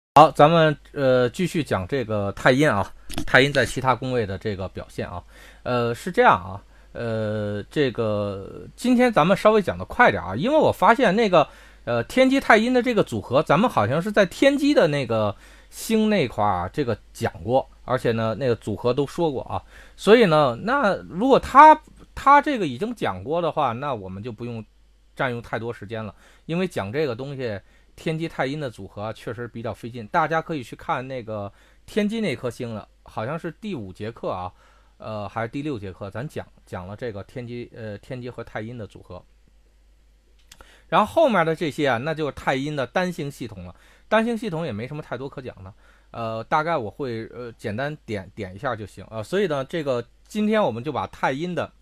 好，咱们继续讲这个太阴啊，太阴在其他宫位的这个表现啊，是这样啊，这个今天咱们稍微讲的快点啊，因为我发现那个天机太阴的这个组合，咱们好像是在天机的那个星那块儿这个讲过，而且呢那个组合都说过啊，所以呢，那如果他这个已经讲过的话，那我们就不用占用太多时间了，因为讲这个东西。天机太阴的组合确实比较费劲，大家可以去看那个天机那颗星了，好像是第5节课啊，还是第6节课，咱讲了这个天机和太阴的组合。然后后面的这些啊，那就是太阴的单星系统了。单星系统也没什么太多可讲的，大概我会简单点一下就行所以呢，这个今天我们就把太阴的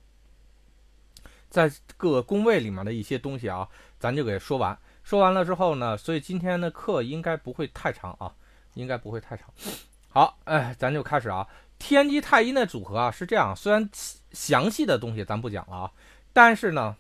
在各个宫位里面的一些东西啊，咱就给说完。说完了之后呢，所以今天的课应该不会太长啊，应该不会太长。好，咱就开始啊。天机太阴的组合啊是这样，虽然详细的东西咱不讲了啊，但是呢，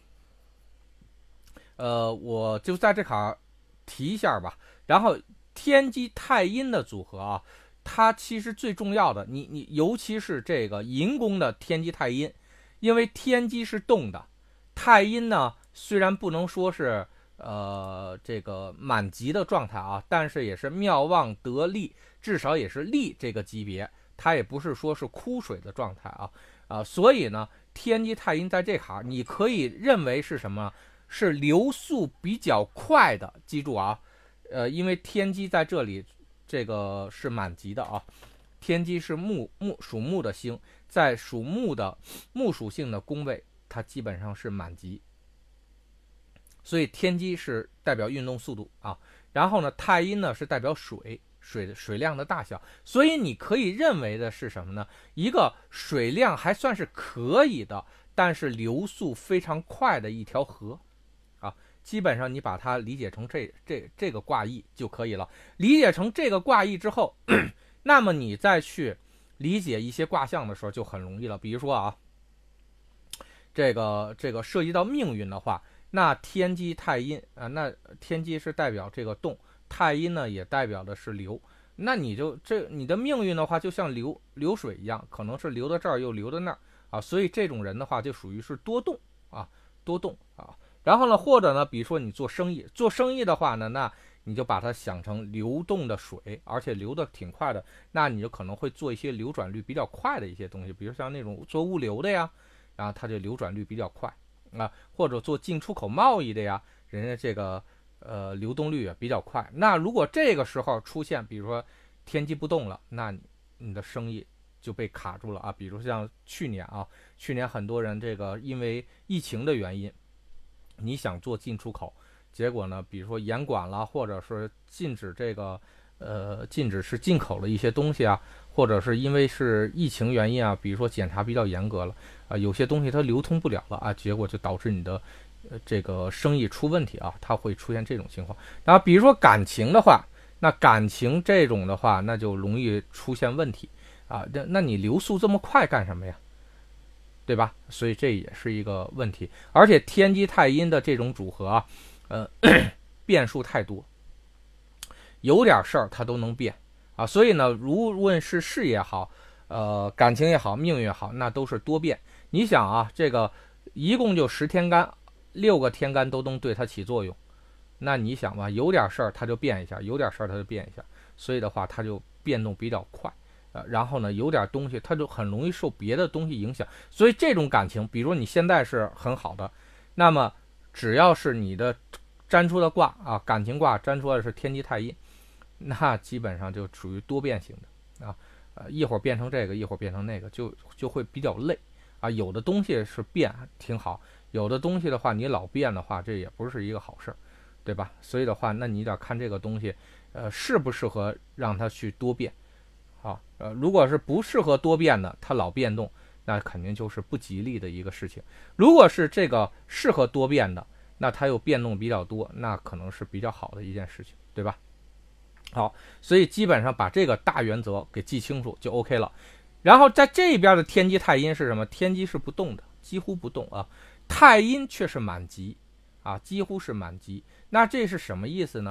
我就在这卡提一下吧。然后天机太阴的组合啊，它其实最重要的，你尤其是这个寅宫的天机太阴，因为天机是动的，太阴呢虽然不能说是。这个满级的状态啊，但是也是妙望得利，至少也是利这个级别，它也不是说是枯水的状态啊，所以呢，天机太阴在这行，你可以认为是什么？是流速比较快的，记住啊，因为天机在这里，这个是满级的啊，天机是属木的星，在属木的木属性的宫位，它基本上是满级。所以天机是代表运动速度啊，然后呢，太阴呢是代表水量的大小，所以你可以认为的是什么呢？一个水量还算是可以的，但是流速非常快的一条河啊，基本上你把它理解成这个卦意就可以了。理解成这个卦意之后，那么你再去理解一些卦象的时候就很容易了。比如说啊，这个涉及到命运的话。那天机太阴啊，那天机是代表这个动，太阴呢也代表的是流。那你的命运的话，就像流水一样，可能是流到这儿又流到那儿啊，所以这种人的话就属于是多动啊。然后呢，或者呢，比如说你做生意的话呢，那你就把它想成流动的水，而且流的挺快的，那你就可能会做一些流转率比较快的一些东西，比如像那种做物流的呀，然后它这流转率比较快。或者做进出口贸易的呀，人家这个流动率也比较快。那如果这个时候出现，比如说天机不动了，那你的生意就被卡住了啊。比如像去年很多人这个因为疫情的原因，你想做进出口，结果呢，比如说严管了，或者是禁止这个禁止是进口的一些东西啊，或者是因为是疫情原因啊，比如说检查比较严格了有些东西它流通不了了结果就导致你的这个生意出问题它会出现这种情况。然后比如说感情的话，那感情这种的话，那就容易出现问题那你流速这么快干什么呀？对吧？所以这也是一个问题。而且天机太阴的这种组合变数太多。有点事儿它都能变所以呢，无论是事业也好，感情也好，命运也好，那都是多变。你想这个一共就10天干，6个天干都能对它起作用。那你想吧，有点事儿它就变一下，有点事儿它就变一下，所以的话它就变动比较快然后呢，有点东西它就很容易受别的东西影响。所以这种感情，比如你现在是很好的，那么只要是你的占出的卦感情卦占出来的是天机太阴，那基本上就属于多变型的一会儿变成这个，一会儿变成那个，就会比较累有的东西是变挺好，有的东西的话你老变的话，这也不是一个好事儿，对吧？所以的话，那你得看这个东西适不适合让它去多变如果是不适合多变的，它老变动，那肯定就是不吉利的一个事情。如果是这个适合多变的，那它又变动比较多，那可能是比较好的一件事情，对吧？好，所以基本上把这个大原则给记清楚就 OK 了。然后在这边的天机太阴是什么？天机是不动的，几乎不动太阴却是满级几乎是满级。那这是什么意思呢？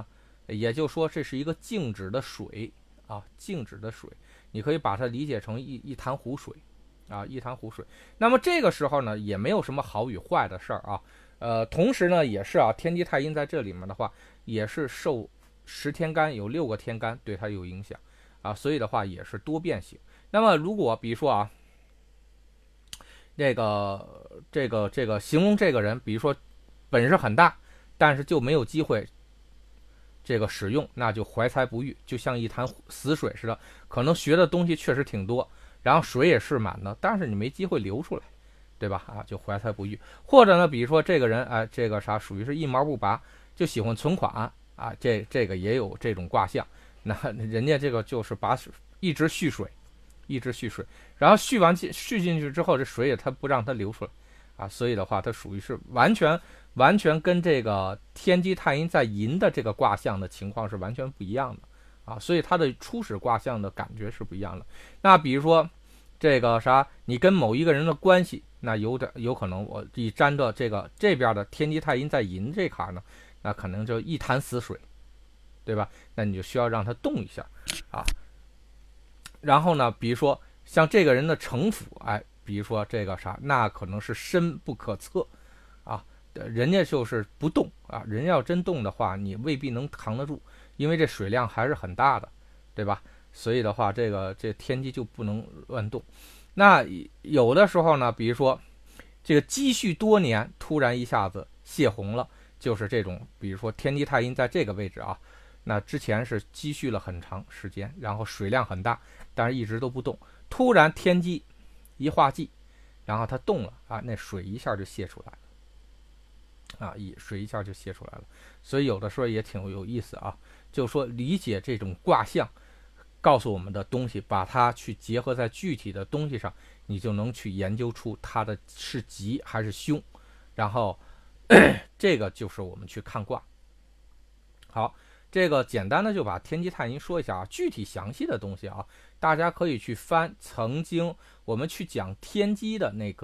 也就是说这是一个静止的水啊，静止的水，你可以把它理解成一潭湖水啊，一潭湖水。那么这个时候呢，也没有什么好与坏的事儿啊。同时呢，也是啊，天机太阴在这里面的话，也是受10天干有6个天干对它有影响啊，所以的话也是多变性。那么如果比如说啊，这个形容这个人，比如说本事很大，但是就没有机会这个使用，那就怀才不遇，就像一潭死水似的。可能学的东西确实挺多，然后水也是满的，但是你没机会流出来，对吧？啊，就怀才不遇。或者呢，比如说这个人，哎，这个啥属于是一毛不拔，就喜欢存款啊，这个也有这种卦象。那人家这个就是把一直蓄水，一直蓄水，然后蓄进去之后，这水也它不让它流出来啊，所以的话，它属于是完全跟这个天机太阴在寅的这个卦象的情况是完全不一样的啊，所以它的初始卦象的感觉是不一样的。那比如说这个啥，你跟某一个人的关系，那有可能我一沾着这边的天机太阴在寅这坎呢，那可能就一潭死水，对吧？那你就需要让它动一下啊。然后呢，比如说像这个人的城府，哎，比如说这个啥，那可能是深不可测啊。人家就是不动啊，人要真动的话，你未必能扛得住，因为这水量还是很大的，对吧？所以的话，这天机就不能乱动。那有的时候呢，比如说这个积蓄多年，突然一下子泄洪了，就是这种，比如说天机太阴在这个位置啊，那之前是积蓄了很长时间，然后水量很大，但是一直都不动，突然天机一化忌，然后它动了啊，那水一下就泄出来了。水一下就泄出来了，所以有的时候也挺有意思啊。就是说理解这种卦象告诉我们的东西，把它去结合在具体的东西上，你就能去研究出它的是吉还是凶。然后这个就是我们去看卦。好，这个简单的就把天机太阴说一下啊，具体详细的东西啊，大家可以去翻曾经我们去讲天机的那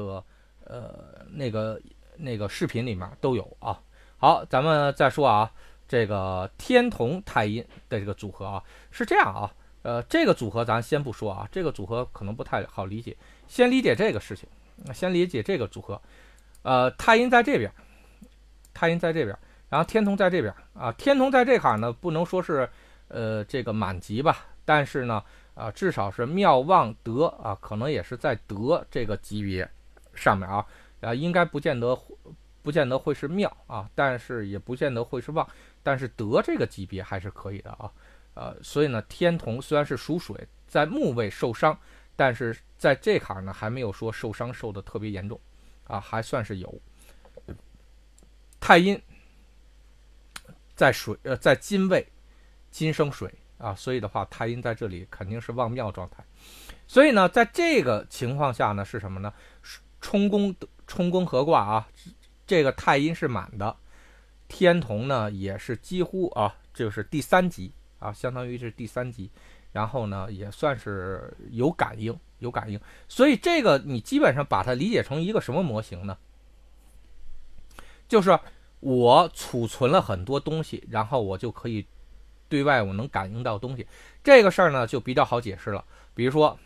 个视频里面都有啊。好，咱们再说啊，这个天同太阴的这个组合啊，是这样啊。这个组合咱先不说啊，这个组合可能不太好理解，先理解这个事情，先理解这个组合。太阴在这边，太阴在这边，然后天同在这边啊。天同在这坎呢，不能说是这个满级吧，但是呢至少是妙望德啊，可能也是在德这个级别上面啊。应该不见得会是妙啊，但是也不见得会是旺，但是德这个级别还是可以的啊。所以呢，天同虽然是属水，在木位受伤，但是在这坎呢还没有说受伤受的特别严重啊，还算是有。太阴在在金位，金生水啊，所以的话，太阴在这里肯定是旺妙状态。所以呢，在这个情况下呢，是什么呢？冲宫合卦啊，这个太阴是满的，天同呢也是几乎啊，就是第3级啊，相当于是第3级，然后呢也算是有感应。所以这个你基本上把它理解成一个什么模型呢？就是我储存了很多东西，然后我就可以对外我能感应到东西。这个事儿呢就比较好解释了，比如说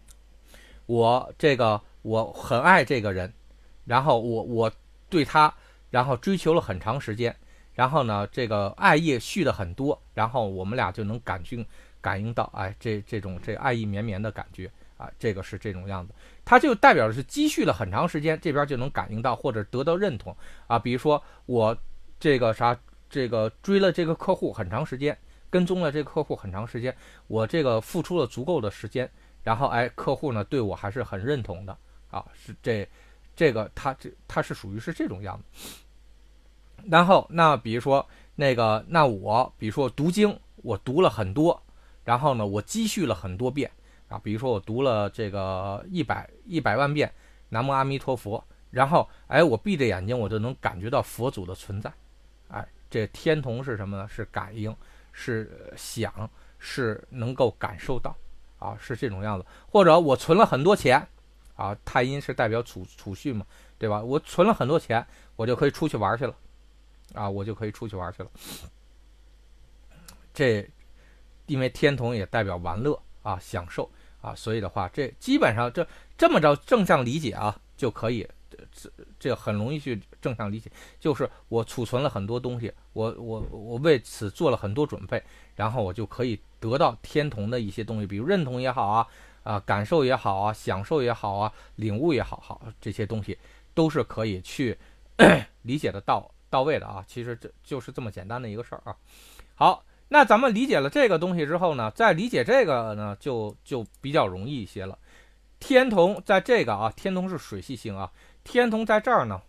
我很爱这个人，然后我对他，然后追求了很长时间，然后呢，这个爱意蓄的很多，然后我们俩就能感应到，哎，这种爱意绵绵的感觉啊，这个是这种样子，它就代表的是积蓄了很长时间，这边就能感应到或者得到认同啊。比如说我这个追了这个客户很长时间，跟踪了这个客户很长时间，我这个付出了足够的时间，然后客户呢对我还是很认同的啊，是这个它是属于是这种样子。然后那比如说那我比如说读经，我读了很多，然后呢我积蓄了很多遍啊，比如说我读了这个100万遍南无阿弥陀佛，然后我闭着眼睛我就能感觉到佛祖的存在，这天同是什么呢？是感应，是想，是能够感受到啊，是这种样子。或者我存了很多钱啊，太阴是代表储蓄嘛，对吧？我存了很多钱，我就可以出去玩去了啊， 这因为天同也代表玩乐啊，享受啊，所以的话，这基本上这么着正向理解啊，就可以，这很容易去正向理解，就是我储存了很多东西，我为此做了很多准备，然后我就可以得到天同的一些东西，比如认同也好啊，感受也好啊，享受也好啊，领悟也好，这些东西都是可以去理解的到位的啊。其实这就是这么简单的一个事儿啊。好，那咱们理解了这个东西之后呢，再理解这个呢，就比较容易一些了。天同在这个啊，天同是水系星啊，天同在这儿呢，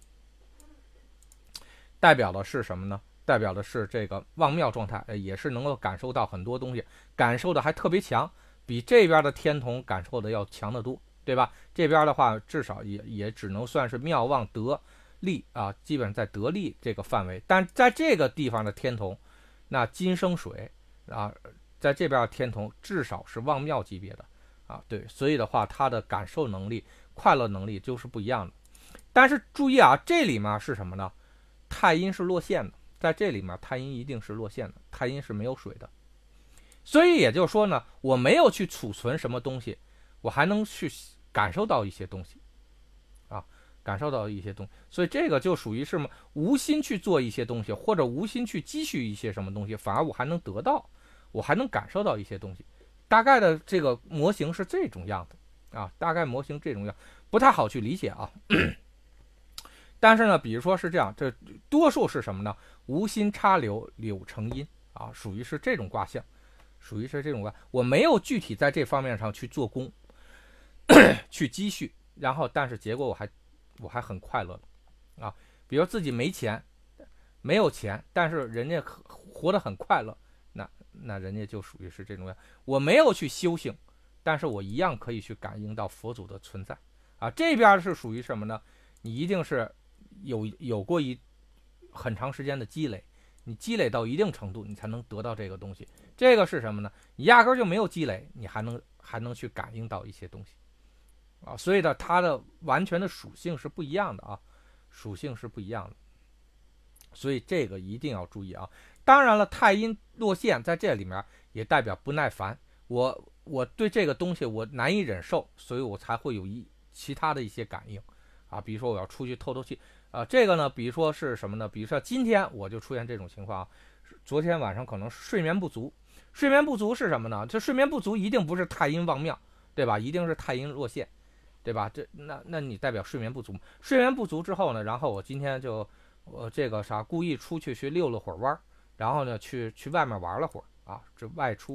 代表的是什么呢？代表的是这个望庙状态，也是能够感受到很多东西，感受的还特别强，比这边的天同感受的要强得多，对吧？这边的话，至少也只能算是妙望得利啊，基本上在得利这个范围。但在这个地方的天同，那金生水啊，在这边的天同至少是望庙级别的啊，对，所以的话，它的感受能力、快乐能力就是不一样的。但是注意啊，这里面是什么呢？太阴是落陷的，在这里面太阴一定是落陷的，太阴是没有水的。所以也就是说呢，我没有去储存什么东西，我还能去感受到一些东西啊，感受到一些东西。所以这个就属于是无心去做一些东西，或者无心去积蓄一些什么东西，反而我还能得到，我还能感受到一些东西。大概的这个模型是这种样子啊，大概模型这种样，不太好去理解啊。但是呢，比如说是这样，这多数是什么呢？无心插柳，柳成荫啊，属于是这种卦象，属于是这种卦。我没有具体在这方面上去做功，去积蓄，然后但是结果我还很快乐的啊。比如自己没钱，没有钱，但是人家活得很快乐，那人家就属于是这种样。我没有去修行，但是我一样可以去感应到佛祖的存在啊。这边是属于什么呢？你一定是有过很长时间的积累，你积累到一定程度，你才能得到这个东西。这个是什么呢？你压根就没有积累，你还能去感应到一些东西啊。所以呢，它的完全的属性是不一样的啊，属性是不一样的。所以这个一定要注意啊。当然了，太阴落陷在这里面也代表不耐烦，我对这个东西我难以忍受，所以我才会有其他的一些感应啊。比如说我要出去透透气啊，这个呢，比如说是什么呢？比如说今天我就出现这种情况啊，昨天晚上可能睡眠不足，睡眠不足是什么呢？这睡眠不足一定不是太阴旺庙，对吧？一定是太阴落陷，对吧？那你代表睡眠不足，睡眠不足之后呢，然后我今天就这个啥，故意出去溜了会儿弯，然后呢去外面玩了会儿啊，这外出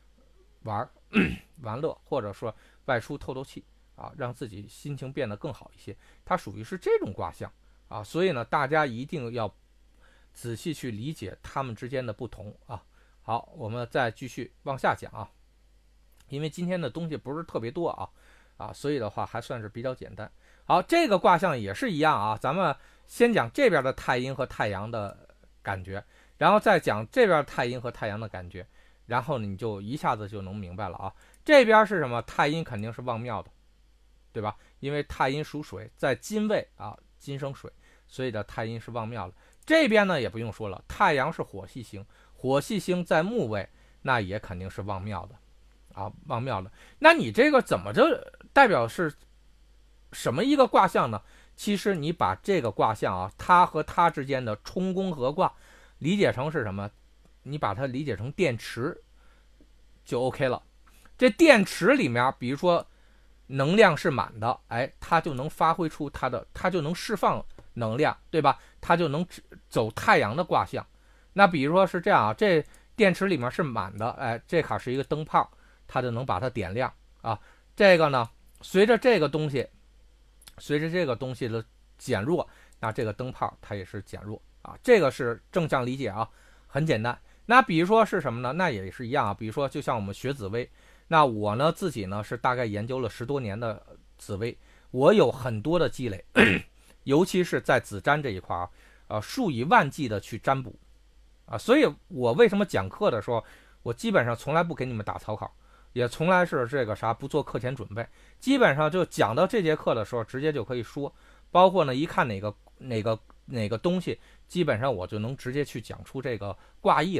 玩乐，或者说外出透透气啊，让自己心情变得更好一些，它属于是这种卦象啊。所以呢，大家一定要仔细去理解它们之间的不同啊。好，我们再继续往下讲啊，因为今天的东西不是特别多啊，所以的话还算是比较简单。好，这个卦象也是一样啊，咱们先讲这边的太阴和太阳的感觉，然后再讲这边太阴和太阳的感觉，然后你就一下子就能明白了啊。这边是什么？太阴肯定是旺庙的，对吧？因为太阴属水，在金位啊，金生水，所以的太阴是旺庙的。这边呢也不用说了，太阳是火系星，火系星在木位，那也肯定是旺庙的啊，旺庙的。那你这个怎么就代表是什么一个卦象呢？其实你把这个卦象啊，它和它之间的冲宫合卦理解成是什么？你把它理解成电池就 OK 了。这电池里面，比如说能量是满的，哎，它就能发挥出它就能释放能量，对吧？它就能走太阳的卦象。那比如说是这样啊，这电池里面是满的，哎，这卡是一个灯泡，它就能把它点亮啊。这个呢，随着这个东西的减弱，那这个灯泡它也是减弱啊。这个是正向理解啊，很简单。那比如说是什么呢？那也是一样啊。比如说就像我们学紫微，那我呢自己呢是大概研究了10多年的紫微，我有很多的积累，尤其是在紫占这一块啊，数以万计的去占卜啊。所以我为什么讲课的时候，我基本上从来不给你们打草稿，也从来是这个啥不做课前准备，基本上就讲到这节课的时候直接就可以说，包括呢一看哪个东西，基本上我就能直接去讲出这个卦意来。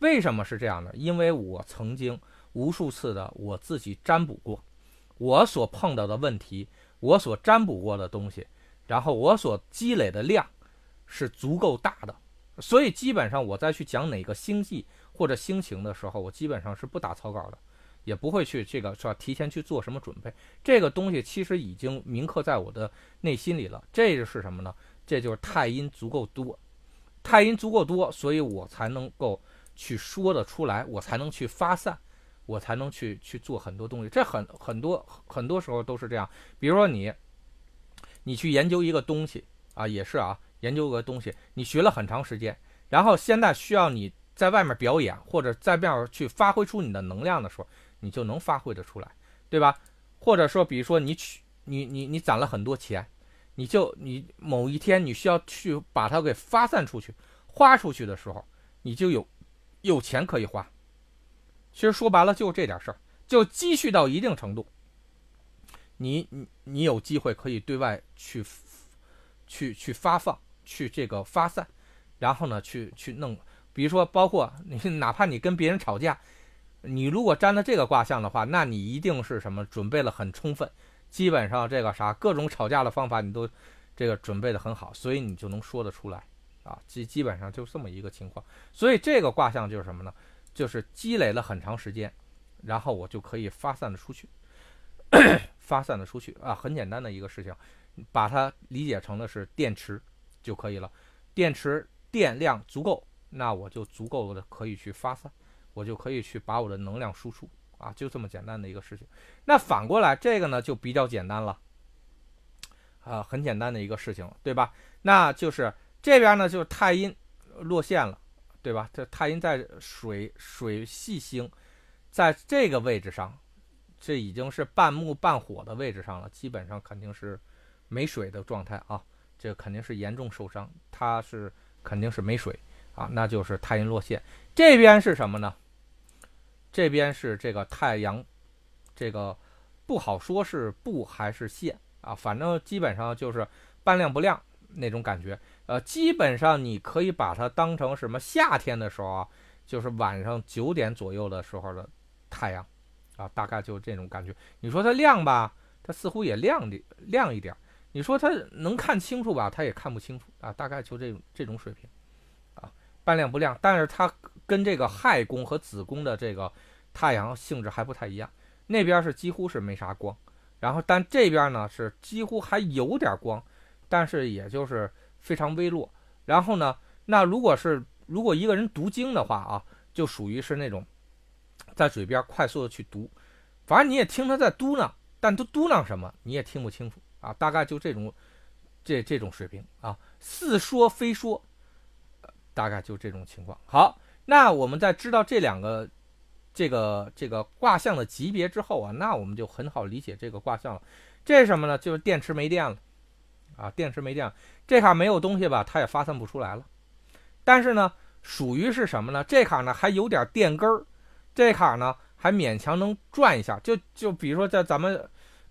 为什么是这样呢？因为我曾经无数次的我自己占卜过，我所碰到的问题，我所占卜过的东西，然后我所积累的量是足够大的，所以基本上我再去讲哪个星系或者星情的时候，我基本上是不打草稿的，也不会去这个是吧提前去做什么准备。这个东西其实已经铭刻在我的内心里了。这是什么呢？这就是太阴足够多，太阴足够多，所以我才能够去说得出来，我才能去发散，我才能去做很多东西。这很多时候都是这样。比如说你去研究一个东西啊，也是啊，研究个东西，你学了很长时间，然后现在需要你在外面表演，或者在外面去发挥出你的能量的时候，你就能发挥得出来，对吧？或者说，比如说你攒了很多钱，你某一天你需要去把它给发散出去，花出去的时候，你就有钱可以花。其实说白了就是这点事儿，就积蓄到一定程度，你有机会可以对外去发放，去这个发散，然后呢去弄，比如说包括你哪怕你跟别人吵架，你如果沾了这个卦象的话，那你一定是什么准备了很充分，基本上这个啥各种吵架的方法你都这个准备的很好，所以你就能说得出来啊，基本上就这么一个情况。所以这个卦象就是什么呢？就是积累了很长时间，然后我就可以发散的出去发散的出去啊，很简单的一个事情，把它理解成的是电池就可以了。电池电量足够，那我就足够的可以去发散，我就可以去把我的能量输出啊，就这么简单的一个事情。那反过来这个呢就比较简单了啊，很简单的一个事情，对吧？那就是这边呢就是太阴落陷了，对吧？这太阴在水系星，在这个位置上，这已经是半木半火的位置上了，基本上肯定是没水的状态啊，这肯定是严重受伤，它是肯定是没水啊，那就是太阴落陷。这边是什么呢？这边是这个太阳，这个不好说是布还是线啊，反正基本上就是半亮不亮那种感觉。基本上你可以把它当成什么夏天的时候啊，就是晚上9点左右的时候的太阳啊，大概就这种感觉。你说它亮吧，它似乎也亮一点；你说它能看清楚吧，它也看不清楚啊，大概就这种水平啊，半亮不亮。但是它跟这个亥宫和子宫的这个太阳性质还不太一样，那边是几乎是没啥光，然后但这边呢是几乎还有点光，但是也就是非常微弱。然后呢，那如果一个人读经的话啊，就属于是那种在嘴边快速的去读，反正你也听他在嘟囔，但都嘟囔什么你也听不清楚啊，大概就这种水平啊，似说非说，大概就这种情况。好，那我们在知道这两个这个卦象的级别之后啊，那我们就很好理解这个卦象了。这是什么呢？就是电池没电了啊，电池没电了，这卡没有东西吧，它也发散不出来了。但是呢，属于是什么呢？这卡呢还有点电根儿，这卡呢还勉强能转一下。就比如说在咱们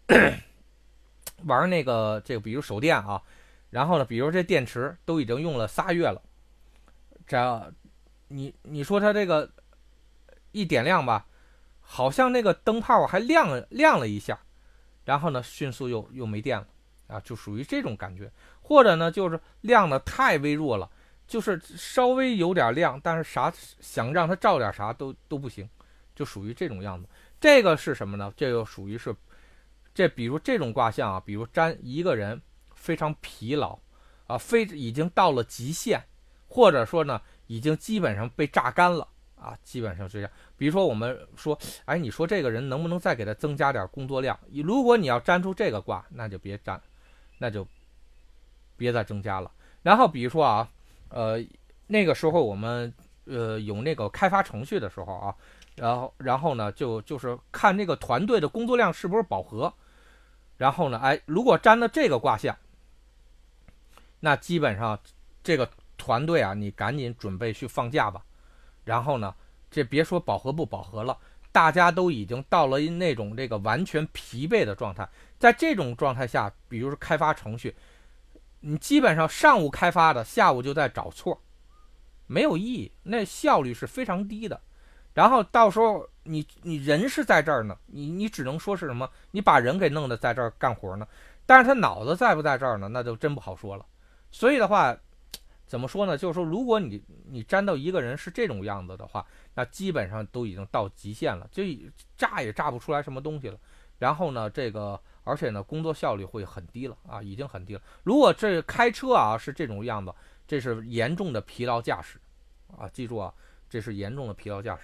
玩那个这个，比如手电啊，然后呢，比如这电池都已经用了3月了，这你说它这个一点亮吧，好像那个灯泡还亮了一下，然后呢迅速又没电了啊，就属于这种感觉。或者呢就是亮的太微弱了，就是稍微有点亮，但是啥想让它照点啥都不行，就属于这种样子。这个是什么呢？这个属于是比如这种卦象啊，比如占一个人非常疲劳啊，已经到了极限，或者说呢已经基本上被榨干了啊，基本上是这样。比如说我们说，哎，你说这个人能不能再给他增加点工作量？如果你要占出这个卦，那就别占，那就别再增加了。然后比如说啊，那个时候我们有那个开发程序的时候啊，然后呢就是看这个团队的工作量是不是饱和。然后呢，哎，如果沾了这个卦象，那基本上这个团队啊，你赶紧准备去放假吧。然后呢，这别说饱和不饱和了，大家都已经到了那种这个完全疲惫的状态。在这种状态下，比如说开发程序，你基本上上午开发的，下午就在找错， 没有意义，那效率是非常低的。然后到时候你人是在这儿呢，你只能说是什么？你把人给弄得在这儿干活呢，但是他脑子在不在这儿呢？那就真不好说了。所以的话，怎么说呢？就是说，如果你粘到一个人是这种样子的话，那基本上都已经到极限了，就炸也炸不出来什么东西了。然后呢，而且呢，工作效率会很低了啊，已经很低了。如果这开车啊是这种样子，这是严重的疲劳驾驶啊，记住啊，这是严重的疲劳驾驶。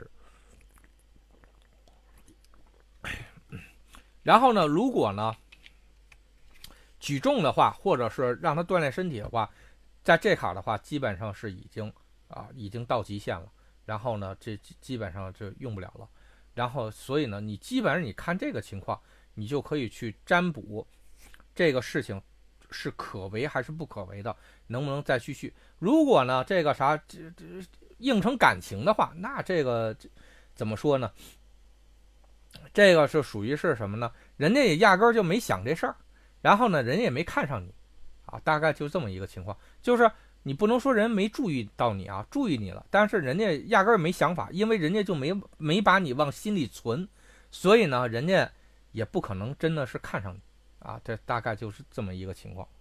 然后呢，如果呢举重的话，或者是让他锻炼身体的话，在这坎的话，基本上是已经到极限了。然后呢，这基本上就用不了了。然后所以呢，你基本上你看这个情况，你就可以去占卜这个事情是可为还是不可为的，能不能再继续。如果呢这个硬成感情的话，那这个怎么说呢？这个是属于是什么呢？人家也压根儿就没想这事儿，然后呢，人家也没看上你，啊，大概就这么一个情况。就是你不能说人没注意到你啊，注意你了，但是人家压根儿没想法，因为人家就没把你往心里存，所以呢，人家也不可能真的是看上你啊，这大概就是这么一个情况。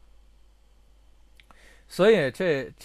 所以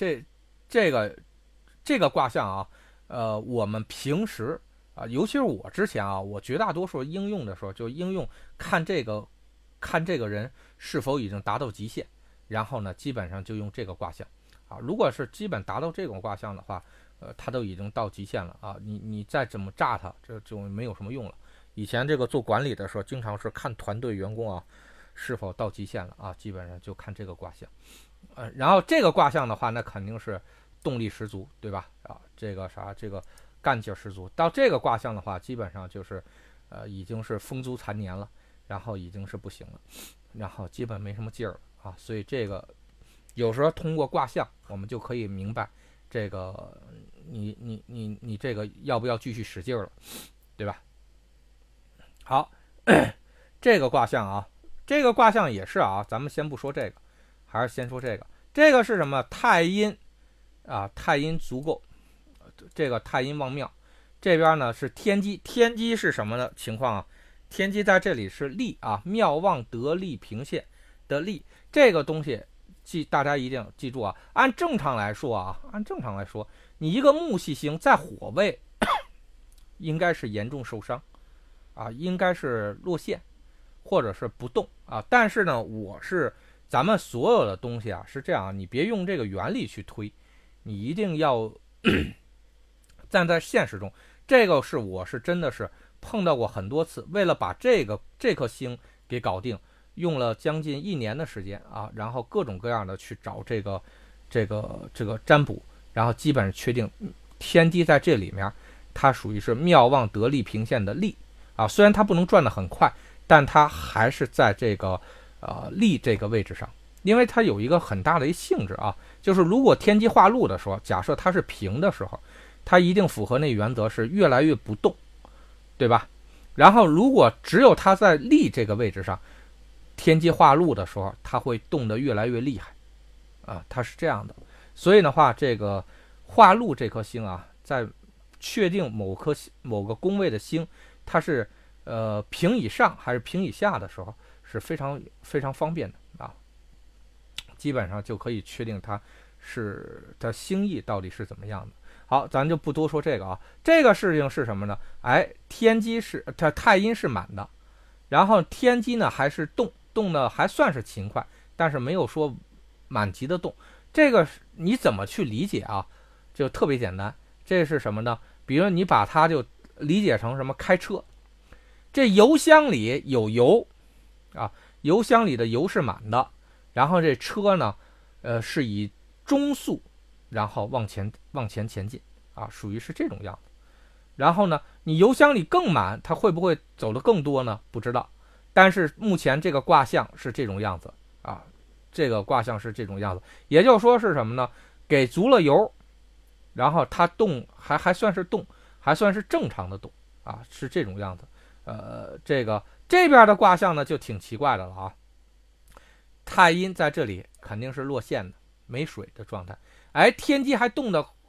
这个卦象啊，我们平时啊，尤其是我之前啊，我绝大多数应用的时候就应用看这个人是否已经达到极限，然后呢，基本上就用这个卦象啊。如果是基本达到这种卦象的话，他都已经到极限了啊，你再怎么炸他，这就没有什么用了。以前这个做管理的时候，经常是看团队员工啊是否到极限了啊，基本上就看这个卦象。然后这个卦象的话，那肯定是动力十足，对吧？啊，这个干劲十足。到这个卦象的话，基本上就是已经是风烛残年了，然后已经是不行了，然后基本没什么劲儿了啊。所以这个有时候通过卦象，我们就可以明白这个你这个要不要继续使劲了，对吧？好，这个卦象啊，这个卦象也是啊，咱们先不说这个，还是先说这个。这个是什么？太阴啊，太阴足够，这个太阴望庙。这边呢是天机，天机是什么的情况啊？天机在这里是利啊，庙望得利平线的利，这个东西大家一定记住啊。按正常来说，你一个木系星在火位，应该是严重受伤啊，应该是落线或者是不动啊。但是呢，咱们所有的东西啊是这样啊，你别用这个原理去推，你一定要站在现实中。这个我是真的是碰到过很多次，为了把这颗星给搞定，用了将近1年的时间啊，然后各种各样的去找这个占卜，然后基本上确定天机在这里面，它属于是庙望得利平线的利啊，虽然它不能转得很快，但它还是在这个利这个位置上，因为它有一个很大的一性质啊，就是如果天机化禄的时候，假设它是平的时候，它一定符合那原则是越来越不动，对吧？然后如果只有它在利这个位置上，天机化禄的时候，它会动得越来越厉害啊，它是这样的。所以的话，这个化禄这颗星啊，在确定某个宫位的星，它是平以上还是平以下的时候，是非常非常方便的啊，基本上就可以确定它星意到底是怎么样的。好，咱就不多说这个啊。这个事情是什么呢？天机太阴是满的，然后天机呢还是动的还算是勤快，但是没有说满级的动。这个你怎么去理解啊？就特别简单，这是什么呢？比如你把它就理解成什么？开车，这油箱里有油啊，油箱里的油是满的，然后这车呢，是以中速，然后往前前进啊，属于是这种样子。然后呢，你油箱里更满，它会不会走得更多呢？不知道。但是目前这个卦象是这种样子啊，这个卦象是这种样子，也就是说是什么呢？给足了油，然后它动还算是动，还算是正常的动啊，是这种样子。这边的卦象呢就挺奇怪的了啊。太阴在这里肯定是落线的，没水的状态。天机还动的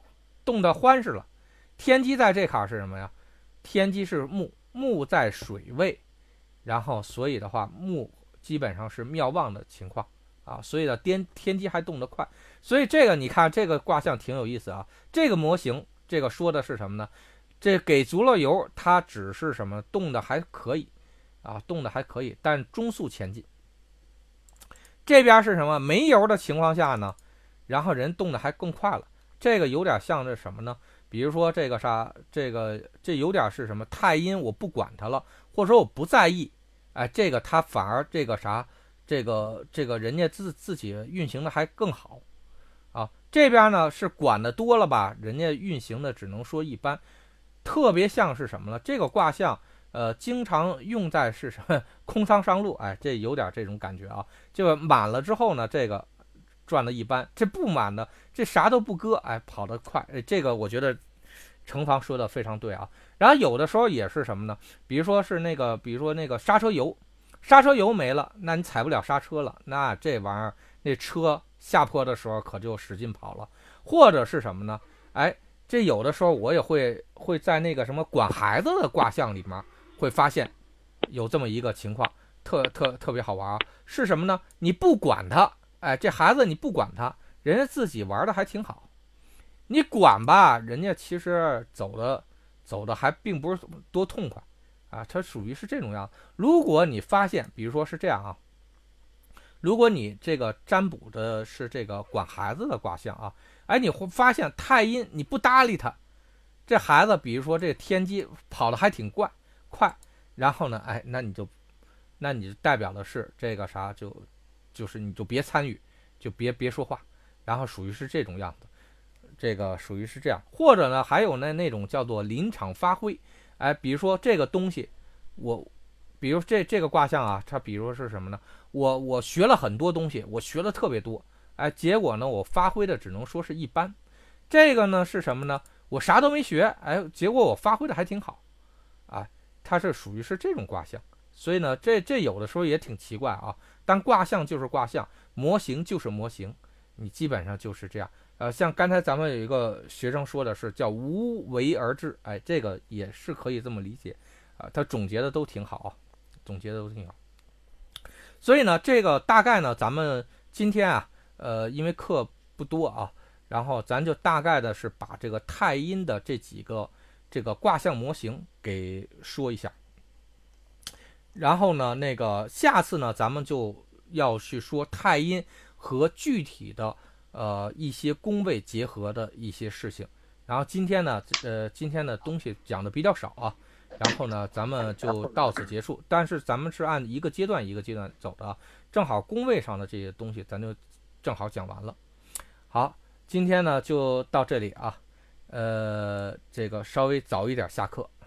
动的欢实了。天机在这坎是什么呀？天机是木，木在水位，然后所以的话木基本上是妙望的情况啊，所以呢天机还动得快，所以这个你看这个卦象挺有意思啊。这个模型这个说的是什么呢？这给足了油，它只是什么动的还可以啊，动的还可以，但中速前进。这边是什么？没油的情况下呢，然后人动的还更快了。这个有点像是什么呢？比如说这个啥，这有点是什么？太阴我不管它了，或者说我不在意，哎，这个它反而这个啥，这个人家自己运行的还更好啊。这边呢是管的多了吧，人家运行的只能说一般，特别像是什么呢？这个卦象经常用在是什么？空仓上路，哎，这有点这种感觉啊。就满了之后呢，这个转的一般，这不满的，这啥都不搁，哎，跑得快，哎，这个我觉得程防说的非常对啊。然后有的时候也是什么呢？比如说是那个，比如说那个刹车油，刹车油没了，那你踩不了刹车了，那这玩意儿那车下坡的时候可就使劲跑了。或者是什么呢？哎，这有的时候我也会在那个什么管孩子的卦象里面会发现有这么一个情况，特别好玩啊。是什么呢？你不管他，哎，这孩子你不管他，人家自己玩的还挺好。你管吧，人家其实走的还并不是多痛快啊，它属于是这种样子。如果你发现，比如说是这样啊，如果你这个占卜的是这个管孩子的卦象啊，哎，你会发现太阴你不搭理他，这孩子比如说这天机跑得还挺快，然后呢，哎，那你就代表的是这个啥，就是你就别参与，就别说话，然后属于是这种样子。这个属于是这样，或者呢，还有那种叫做临场发挥，哎，比如说这个东西，比如这个卦象啊，它比如说是什么呢？我学了很多东西，我学了特别多，哎，结果呢，我发挥的只能说是一般。这个呢是什么呢？我啥都没学，哎，结果我发挥的还挺好，哎，它是属于是这种卦象。所以呢，这有的时候也挺奇怪啊。但卦象就是卦象，模型就是模型，你基本上就是这样。像刚才咱们有一个学生说的是叫无为而治，哎，这个也是可以这么理解啊。他总结的都挺好啊，总结的都挺好。所以呢，这个大概呢，咱们今天啊，因为课不多啊，然后咱就大概的是把这个太阴的这几个这个卦象模型给说一下。然后呢，那个下次呢，咱们就要去说太阴和具体的一些宫位结合的一些事情。然后今天的东西讲的比较少啊，然后呢，咱们就到此结束。但是咱们是按一个阶段一个阶段走的啊，正好宫位上的这些东西咱就正好讲完了。好，今天呢就到这里啊，这个稍微早一点下课。